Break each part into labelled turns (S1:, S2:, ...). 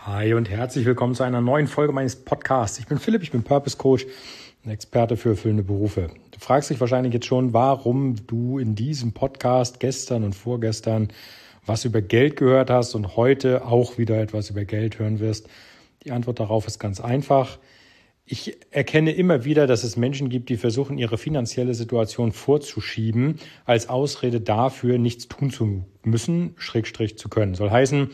S1: Hi und herzlich willkommen zu einer neuen Folge meines Podcasts. Ich bin Philipp, ich bin Purpose Coach, ein Experte für erfüllende Berufe. Du fragst dich wahrscheinlich jetzt schon, warum du in diesem Podcast gestern und vorgestern was über Geld gehört hast und heute auch wieder etwas über Geld hören wirst. Die Antwort darauf ist ganz einfach. Ich erkenne immer wieder, dass es Menschen gibt, die versuchen, ihre finanzielle Situation vorzuschieben, als Ausrede dafür, nichts tun zu müssen, / zu können. Soll heißen,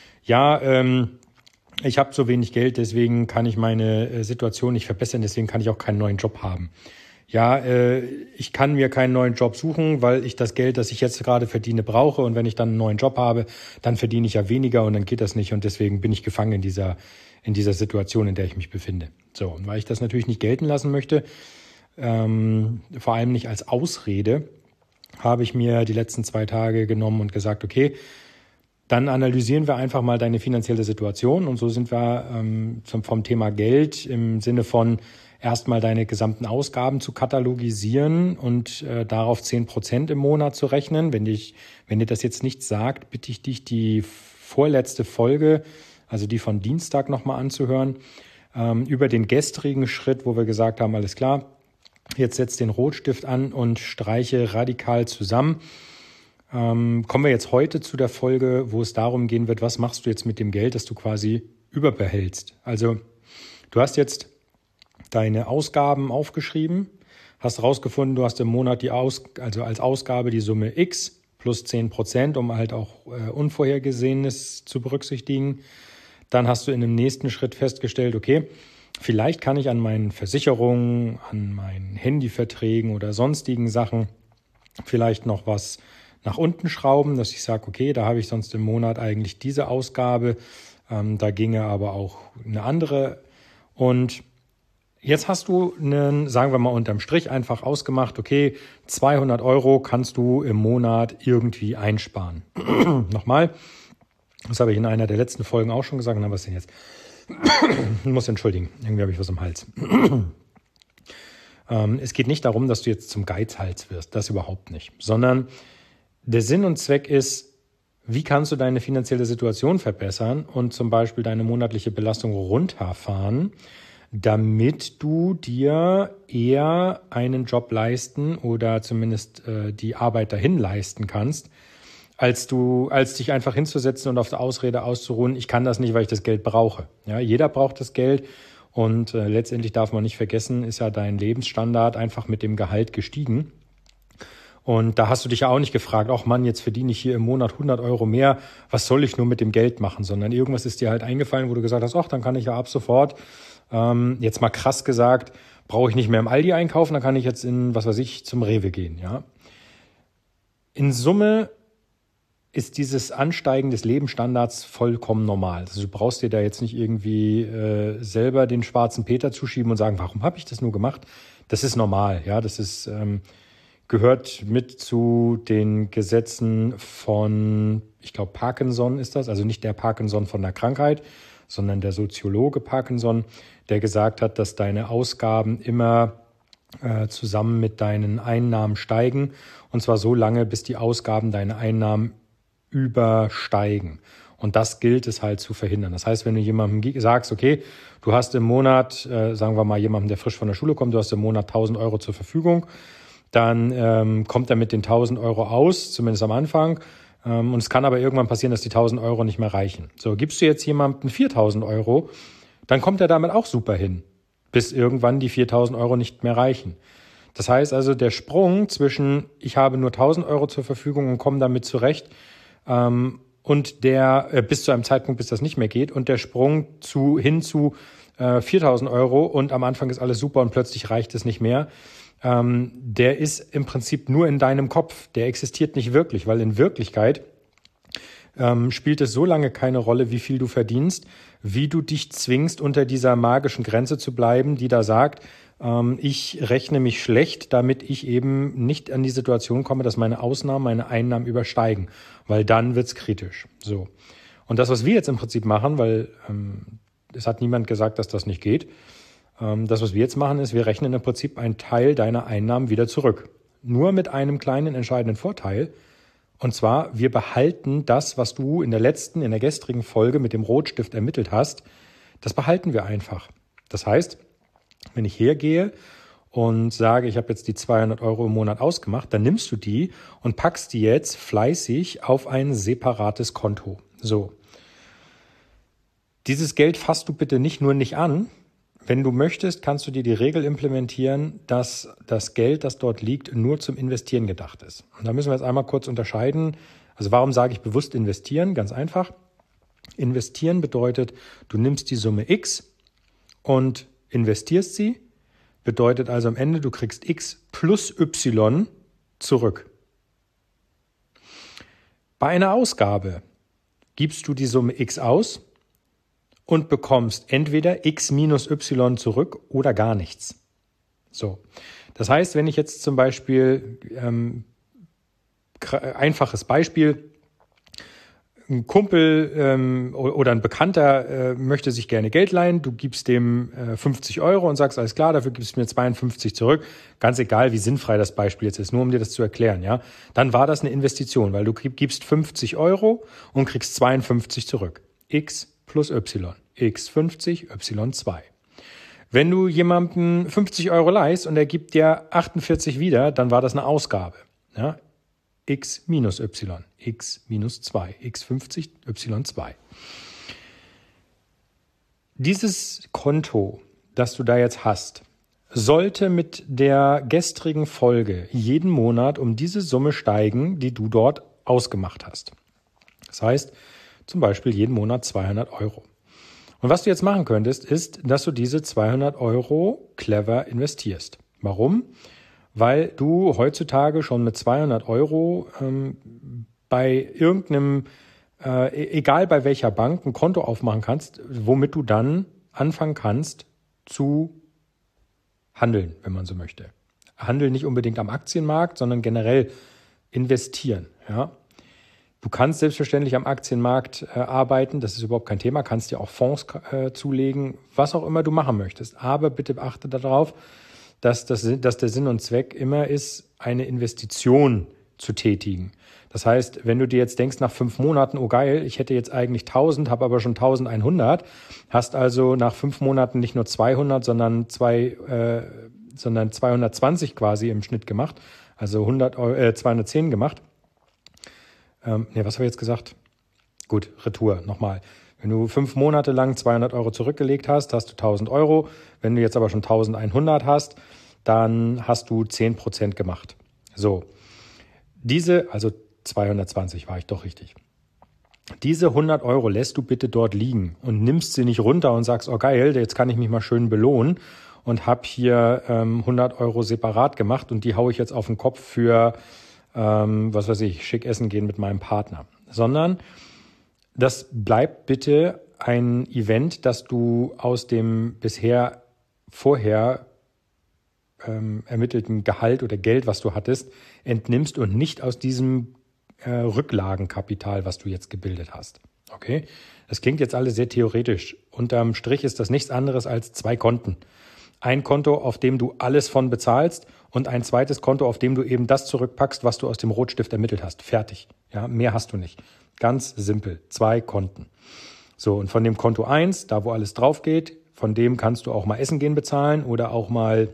S1: ich habe so wenig Geld, deswegen kann ich meine Situation nicht verbessern, deswegen kann ich auch keinen neuen Job haben. Ich kann mir keinen neuen Job suchen, weil ich das Geld, das ich jetzt gerade verdiene, brauche. Und wenn ich dann einen neuen Job habe, dann verdiene ich ja weniger und dann geht das nicht. Und deswegen bin ich gefangen in dieser Situation, in der ich mich befinde. So, und weil ich das natürlich nicht gelten lassen möchte, vor allem nicht als Ausrede, habe ich mir die letzten 2 Tage genommen und gesagt, okay, dann analysieren wir einfach mal deine finanzielle Situation. Und so sind wir vom Thema Geld im Sinne von erstmal deine gesamten Ausgaben zu katalogisieren und darauf 10% im Monat zu rechnen. Wenn dir das jetzt nichts sagt, bitte ich dich, die vorletzte Folge, also die von Dienstag, nochmal anzuhören, über den gestrigen Schritt, wo wir gesagt haben, alles klar, jetzt setz den Rotstift an und streiche radikal zusammen. Kommen wir jetzt heute zu der Folge, wo es darum gehen wird, was machst du jetzt mit dem Geld, das du quasi überbehältst. Also du hast jetzt deine Ausgaben aufgeschrieben, hast rausgefunden, du hast im Monat als Ausgabe die Summe X plus 10%, um halt auch Unvorhergesehenes zu berücksichtigen. Dann hast du in dem nächsten Schritt festgestellt, okay, vielleicht kann ich an meinen Versicherungen, an meinen Handyverträgen oder sonstigen Sachen vielleicht noch was nach unten schrauben, dass ich sage, okay, da habe ich sonst im Monat eigentlich diese Ausgabe, da ginge aber auch eine andere. Und jetzt hast du sagen wir mal unterm Strich einfach ausgemacht, okay, 200 € kannst du im Monat irgendwie einsparen. Nochmal, das habe ich in einer der letzten Folgen auch schon gesagt. Na, was denn jetzt? Ich muss entschuldigen, irgendwie habe ich was im Hals. Es geht nicht darum, dass du jetzt zum Geizhals wirst, das überhaupt nicht, sondern der Sinn und Zweck ist, wie kannst du deine finanzielle Situation verbessern und zum Beispiel deine monatliche Belastung runterfahren, damit du dir eher einen Job leisten oder zumindest die Arbeit dahin leisten kannst, als dich einfach hinzusetzen und auf der Ausrede auszuruhen, ich kann das nicht, weil ich das Geld brauche. Ja, jeder braucht das Geld und letztendlich darf man nicht vergessen, ist ja dein Lebensstandard einfach mit dem Gehalt gestiegen. Und da hast du dich ja auch nicht gefragt, ach Mann, jetzt verdiene ich hier im Monat 100 € mehr, was soll ich nur mit dem Geld machen? Sondern irgendwas ist dir halt eingefallen, wo du gesagt hast, ach, dann kann ich ja ab sofort, jetzt mal krass gesagt, brauche ich nicht mehr im Aldi einkaufen, dann kann ich jetzt zum Rewe gehen. Ja. In Summe ist dieses Ansteigen des Lebensstandards vollkommen normal. Also du brauchst dir da jetzt nicht irgendwie selber den schwarzen Peter zuschieben und sagen, warum habe ich das nur gemacht? Das ist normal, ja, das ist gehört mit zu den Gesetzen von, ich glaube, Parkinson ist das, also nicht der Parkinson von der Krankheit, sondern der Soziologe Parkinson, der gesagt hat, dass deine Ausgaben immer zusammen mit deinen Einnahmen steigen, und zwar so lange, bis die Ausgaben deine Einnahmen übersteigen. Und das gilt es halt zu verhindern. Das heißt, wenn du jemandem sagst, okay, du hast im Monat, sagen wir mal jemandem, der frisch von der Schule kommt, du hast im Monat 1.000 € zur Verfügung, dann kommt er mit den 1.000 € aus, zumindest am Anfang. Und es kann aber irgendwann passieren, dass die 1.000 € nicht mehr reichen. So, gibst du jetzt jemandem 4.000 €, dann kommt er damit auch super hin, bis irgendwann die 4.000 € nicht mehr reichen. Das heißt also, der Sprung zwischen, ich habe nur 1.000 € zur Verfügung und komme damit zurecht, und bis zu einem Zeitpunkt, bis das nicht mehr geht, und der Sprung hin zu 4.000 € und am Anfang ist alles super und plötzlich reicht es nicht mehr, der ist im Prinzip nur in deinem Kopf. Der existiert nicht wirklich, weil in Wirklichkeit spielt es so lange keine Rolle, wie viel du verdienst, wie du dich zwingst, unter dieser magischen Grenze zu bleiben, die da sagt, ich rechne mich schlecht, damit ich eben nicht an die Situation komme, dass meine Ausnahmen meine Einnahmen übersteigen, weil dann wird's kritisch. So. Und das, was wir jetzt im Prinzip machen, weil es hat niemand gesagt, dass das nicht geht, das, was wir jetzt machen, ist, wir rechnen im Prinzip einen Teil deiner Einnahmen wieder zurück. Nur mit einem kleinen entscheidenden Vorteil. Und zwar, wir behalten das, was du in der gestrigen Folge mit dem Rotstift ermittelt hast, das behalten wir einfach. Das heißt, wenn ich hergehe und sage, ich habe jetzt die 200 Euro im Monat ausgemacht, dann nimmst du die und packst die jetzt fleißig auf ein separates Konto. So. Dieses Geld fasst du bitte nicht an. Wenn du möchtest, kannst du dir die Regel implementieren, dass das Geld, das dort liegt, nur zum Investieren gedacht ist. Und da müssen wir jetzt einmal kurz unterscheiden. Also warum sage ich bewusst investieren? Ganz einfach. Investieren bedeutet, du nimmst die Summe X und investierst sie. Bedeutet also am Ende, du kriegst X plus Y zurück. Bei einer Ausgabe gibst du die Summe X aus und bekommst entweder X minus Y zurück oder gar nichts. So. Das heißt, wenn ich jetzt zum Beispiel, einfaches Beispiel, ein Kumpel oder ein Bekannter möchte sich gerne Geld leihen, du gibst dem 50 Euro und sagst, alles klar, dafür gibst du mir 52 zurück. Ganz egal, wie sinnfrei das Beispiel jetzt ist, nur um dir das zu erklären. Ja, dann war das eine Investition, weil du gibst 50 Euro und kriegst 52 zurück. X plus Y. X 50, Y 2. Wenn du jemandem 50 Euro leihst und er gibt dir 48 wieder, dann war das eine Ausgabe. Ja? X minus Y, X minus 2, X 50, Y 2. Dieses Konto, das du da jetzt hast, sollte mit der gestrigen Folge jeden Monat um diese Summe steigen, die du dort ausgemacht hast. Das heißt, zum Beispiel jeden Monat 200 Euro. Und was du jetzt machen könntest, ist, dass du diese 200 Euro clever investierst. Warum? Weil du heutzutage schon mit 200 Euro bei irgendeinem, egal bei welcher Bank, ein Konto aufmachen kannst, womit du dann anfangen kannst zu handeln, wenn man so möchte. Handeln nicht unbedingt am Aktienmarkt, sondern generell investieren. Ja? Du kannst selbstverständlich am Aktienmarkt arbeiten, das ist überhaupt kein Thema, kannst dir auch Fonds zulegen, was auch immer du machen möchtest. Aber bitte achte darauf, dass der Sinn und Zweck immer ist, eine Investition zu tätigen. Das heißt, wenn du dir jetzt denkst, nach 5 Monaten, oh geil, ich hätte jetzt eigentlich 1000, habe aber schon 1100, hast also nach 5 Monaten nicht nur 200, sondern 220 quasi im Schnitt gemacht, also 210 gemacht. Was habe ich jetzt gesagt? Gut, Retour, nochmal. Wenn du 5 Monate lang 200 Euro zurückgelegt hast, hast du 1000 Euro. Wenn du jetzt aber schon 1100 hast, dann hast du 10% gemacht. So, also 220 war ich doch richtig. Diese 100 Euro lässt du bitte dort liegen und nimmst sie nicht runter und sagst, oh geil, jetzt kann ich mich mal schön belohnen und habe hier 100 Euro separat gemacht und die haue ich jetzt auf den Kopf für, was weiß ich, schick essen gehen mit meinem Partner. Sondern das bleibt bitte ein Event, das du aus dem vorher ermittelten Gehalt oder Geld, was du hattest, entnimmst und nicht aus diesem Rücklagenkapital, was du jetzt gebildet hast. Okay? Das klingt jetzt alles sehr theoretisch. Unterm Strich ist das nichts anderes als 2 Konten. Ein Konto, auf dem du alles von bezahlst und ein zweites Konto, auf dem du eben das zurückpackst, was du aus dem Rotstift ermittelt hast. Fertig. Ja, mehr hast du nicht. Ganz simpel. 2 Konten. So, und von dem Konto 1, da wo alles drauf geht, von dem kannst du auch mal Essen gehen bezahlen oder auch mal,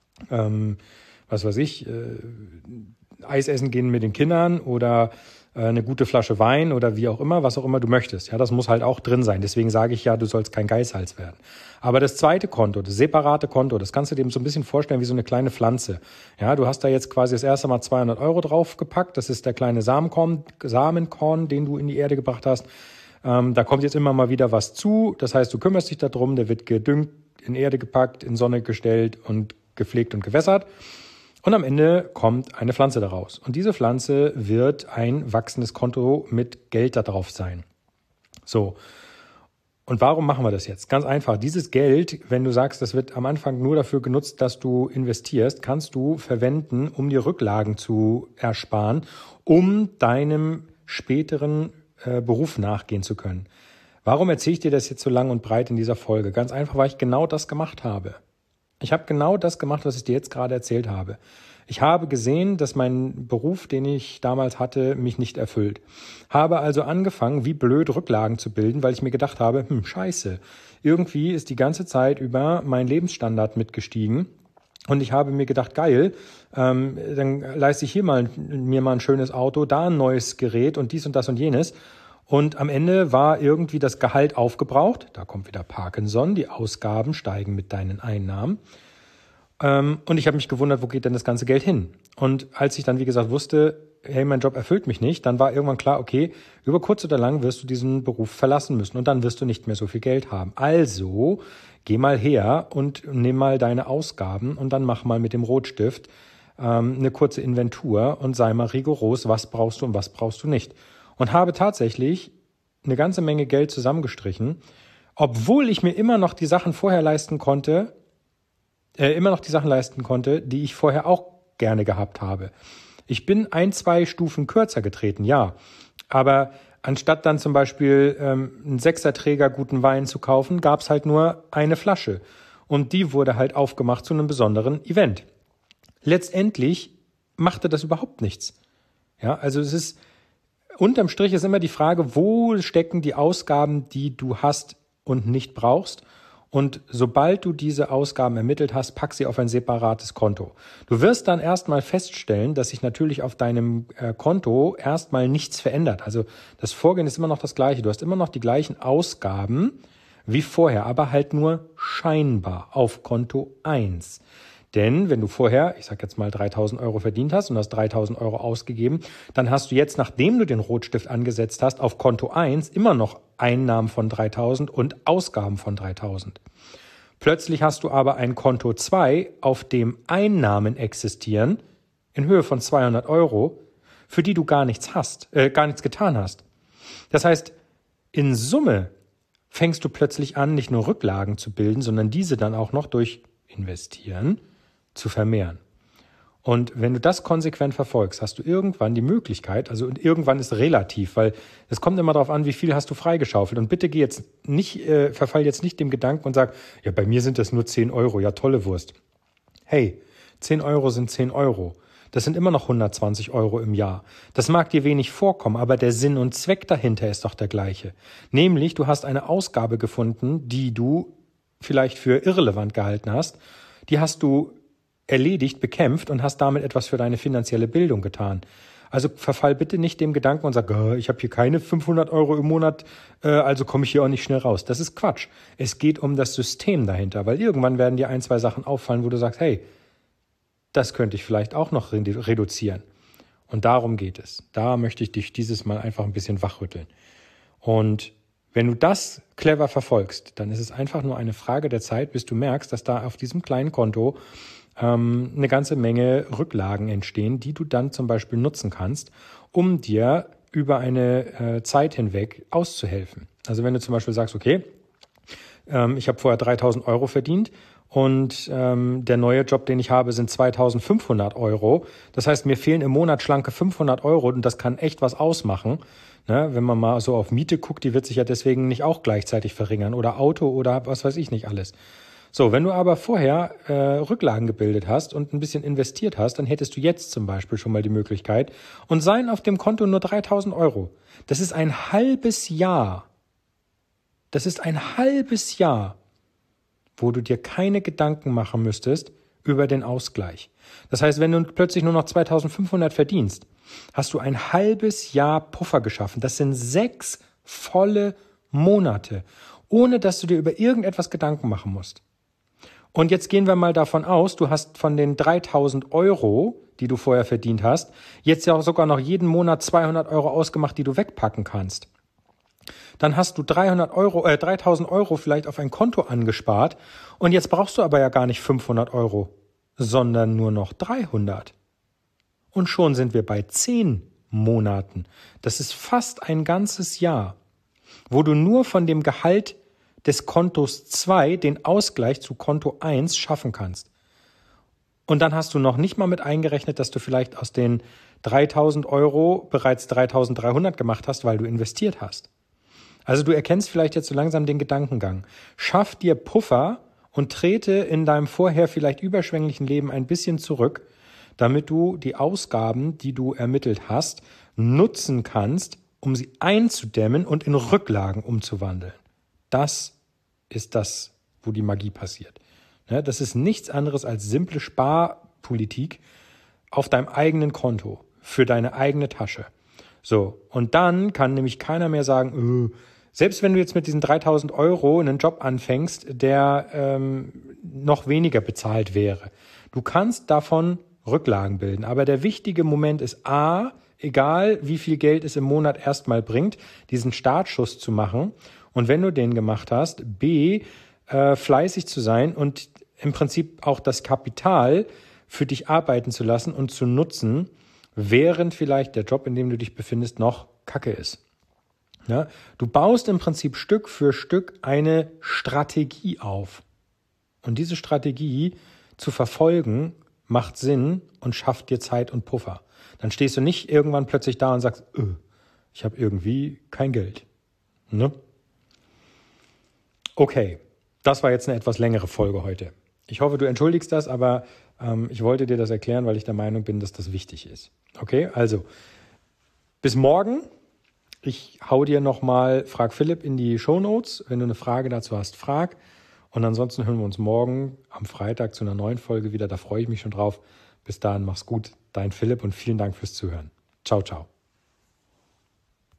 S1: Eis essen gehen mit den Kindern oder eine gute Flasche Wein oder wie auch immer, was auch immer du möchtest. Ja, das muss halt auch drin sein. Deswegen sage ich ja, du sollst kein Geizhals werden. Aber das zweite Konto, das separate Konto, das kannst du dir so ein bisschen vorstellen wie so eine kleine Pflanze. Ja, du hast da jetzt quasi das erste Mal 200 Euro draufgepackt. Das ist der kleine Samenkorn, den du in die Erde gebracht hast. Da kommt jetzt immer mal wieder was zu. Das heißt, du kümmerst dich darum, der wird gedüngt, in Erde gepackt, in Sonne gestellt und gepflegt und gewässert. Und am Ende kommt eine Pflanze daraus. Und diese Pflanze wird ein wachsendes Konto mit Geld da drauf sein. So. Und warum machen wir das jetzt? Ganz einfach. Dieses Geld, wenn du sagst, das wird am Anfang nur dafür genutzt, dass du investierst, kannst du verwenden, um dir Rücklagen zu ersparen, um deinem späteren Beruf nachgehen zu können. Warum erzähle ich dir das jetzt so lang und breit in dieser Folge? Ganz einfach, weil ich genau das gemacht habe. Ich habe genau das gemacht, was ich dir jetzt gerade erzählt habe. Ich habe gesehen, dass mein Beruf, den ich damals hatte, mich nicht erfüllt. Habe also angefangen, wie blöd Rücklagen zu bilden, weil ich mir gedacht habe, scheiße, irgendwie ist die ganze Zeit über mein Lebensstandard mitgestiegen. Und ich habe mir gedacht, geil, dann leiste ich hier mir mal ein schönes Auto, da ein neues Gerät und dies und das und jenes. Und am Ende war irgendwie das Gehalt aufgebraucht. Da kommt wieder Parkinson, die Ausgaben steigen mit deinen Einnahmen. Und ich habe mich gewundert, wo geht denn das ganze Geld hin? Und als ich dann, wie gesagt, wusste, hey, mein Job erfüllt mich nicht, dann war irgendwann klar, okay, über kurz oder lang wirst du diesen Beruf verlassen müssen und dann wirst du nicht mehr so viel Geld haben. Also geh mal her und nimm mal deine Ausgaben und dann mach mal mit dem Rotstift eine kurze Inventur und sei mal rigoros, was brauchst du und was brauchst du nicht. Und habe tatsächlich eine ganze Menge Geld zusammengestrichen, obwohl ich mir immer noch die Sachen leisten konnte, die ich vorher auch gerne gehabt habe. Ich bin 1-2 Stufen kürzer getreten, ja. Aber anstatt dann zum Beispiel einen Sechserträger guten Wein zu kaufen, gab es halt nur eine Flasche. Und die wurde halt aufgemacht zu einem besonderen Event. Letztendlich machte das überhaupt nichts. Ja, also es ist, unterm Strich ist immer die Frage, wo stecken die Ausgaben, die du hast und nicht brauchst? Und sobald du diese Ausgaben ermittelt hast, pack sie auf ein separates Konto. Du wirst dann erstmal feststellen, dass sich natürlich auf deinem Konto erstmal nichts verändert. Also das Vorgehen ist immer noch das gleiche. Du hast immer noch die gleichen Ausgaben wie vorher, aber halt nur scheinbar auf Konto 1. Denn wenn du vorher, ich sag jetzt mal 3.000 Euro verdient hast und hast 3.000 Euro ausgegeben, dann hast du jetzt, nachdem du den Rotstift angesetzt hast, auf Konto 1 immer noch Einnahmen von 3.000 und Ausgaben von 3.000. Plötzlich hast du aber ein Konto 2, auf dem Einnahmen existieren in Höhe von 200 Euro, für die du gar nichts getan hast. Das heißt, in Summe fängst du plötzlich an, nicht nur Rücklagen zu bilden, sondern diese dann auch noch durch Investieren zu vermehren. Und wenn du das konsequent verfolgst, hast du irgendwann die Möglichkeit, also und irgendwann ist relativ, weil es kommt immer darauf an, wie viel hast du freigeschaufelt. Und bitte verfall jetzt nicht dem Gedanken und sag, ja, bei mir sind das nur 10 Euro, ja, tolle Wurst. Hey, 10 Euro sind 10 Euro. Das sind immer noch 120 Euro im Jahr. Das mag dir wenig vorkommen, aber der Sinn und Zweck dahinter ist doch der gleiche. Nämlich, du hast eine Ausgabe gefunden, die du vielleicht für irrelevant gehalten hast. Die hast du erledigt, bekämpft und hast damit etwas für deine finanzielle Bildung getan. Also verfall bitte nicht dem Gedanken und sag, ich habe hier keine 500 Euro im Monat, also komme ich hier auch nicht schnell raus. Das ist Quatsch. Es geht um das System dahinter, weil irgendwann werden dir 1-2 Sachen auffallen, wo du sagst, hey, das könnte ich vielleicht auch noch reduzieren. Und darum geht es. Da möchte ich dich dieses Mal einfach ein bisschen wachrütteln. Und wenn du das clever verfolgst, dann ist es einfach nur eine Frage der Zeit, bis du merkst, dass da auf diesem kleinen Konto eine ganze Menge Rücklagen entstehen, die du dann zum Beispiel nutzen kannst, um dir über eine Zeit hinweg auszuhelfen. Also wenn du zum Beispiel sagst, okay, ich habe vorher 3.000 Euro verdient und der neue Job, den ich habe, sind 2.500 Euro. Das heißt, mir fehlen im Monat schlanke 500 Euro und das kann echt was ausmachen. Ne? Wenn man mal so auf Miete guckt, die wird sich ja deswegen nicht auch gleichzeitig verringern oder Auto oder was weiß ich nicht alles. So, wenn du aber vorher Rücklagen gebildet hast und ein bisschen investiert hast, dann hättest du jetzt zum Beispiel schon mal die Möglichkeit und seien auf dem Konto nur 3.000 Euro. Das ist ein halbes Jahr. Das ist ein halbes Jahr, wo du dir keine Gedanken machen müsstest über den Ausgleich. Das heißt, wenn du plötzlich nur noch 2.500 verdienst, hast du ein halbes Jahr Puffer geschaffen. Das sind 6 volle Monate, ohne dass du dir über irgendetwas Gedanken machen musst. Und jetzt gehen wir mal davon aus, du hast von den 3.000 Euro, die du vorher verdient hast, jetzt ja auch sogar noch jeden Monat 200 Euro ausgemacht, die du wegpacken kannst. Dann hast du 3.000 Euro vielleicht auf ein Konto angespart und jetzt brauchst du aber ja gar nicht 500 Euro, sondern nur noch 300. Und schon sind wir bei 10 Monaten. Das ist fast ein ganzes Jahr, wo du nur von dem Gehalt des Kontos 2 den Ausgleich zu Konto 1 schaffen kannst. Und dann hast du noch nicht mal mit eingerechnet, dass du vielleicht aus den 3.000 Euro bereits 3.300 gemacht hast, weil du investiert hast. Also du erkennst vielleicht jetzt so langsam den Gedankengang. Schaff dir Puffer und trete in deinem vorher vielleicht überschwänglichen Leben ein bisschen zurück, damit du die Ausgaben, die du ermittelt hast, nutzen kannst, um sie einzudämmen und in Rücklagen umzuwandeln. Das ist das, wo die Magie passiert. Das ist nichts anderes als simple Sparpolitik auf deinem eigenen Konto, für deine eigene Tasche. So, und dann kann nämlich keiner mehr sagen, selbst wenn du jetzt mit diesen 3.000 Euro einen Job anfängst, der noch weniger bezahlt wäre. Du kannst davon Rücklagen bilden. Aber der wichtige Moment ist A, egal wie viel Geld es im Monat erstmal bringt, diesen Startschuss zu machen. Und wenn du den gemacht hast, B, fleißig zu sein und im Prinzip auch das Kapital für dich arbeiten zu lassen und zu nutzen, während vielleicht der Job, in dem du dich befindest, noch Kacke ist. Ja, du baust im Prinzip Stück für Stück eine Strategie auf. Und diese Strategie zu verfolgen, macht Sinn und schafft dir Zeit und Puffer. Dann stehst du nicht irgendwann plötzlich da und sagst, ich habe irgendwie kein Geld. Ne? Okay, das war jetzt eine etwas längere Folge heute. Ich hoffe, du entschuldigst das, aber ich wollte dir das erklären, weil ich der Meinung bin, dass das wichtig ist. Okay, also bis morgen. Ich hau dir nochmal Frag Philipp in die Shownotes. Wenn du eine Frage dazu hast, frag. Und ansonsten hören wir uns morgen am Freitag zu einer neuen Folge wieder. Da freue ich mich schon drauf. Bis dahin, mach's gut. Dein Philipp und vielen Dank fürs Zuhören. Ciao, ciao.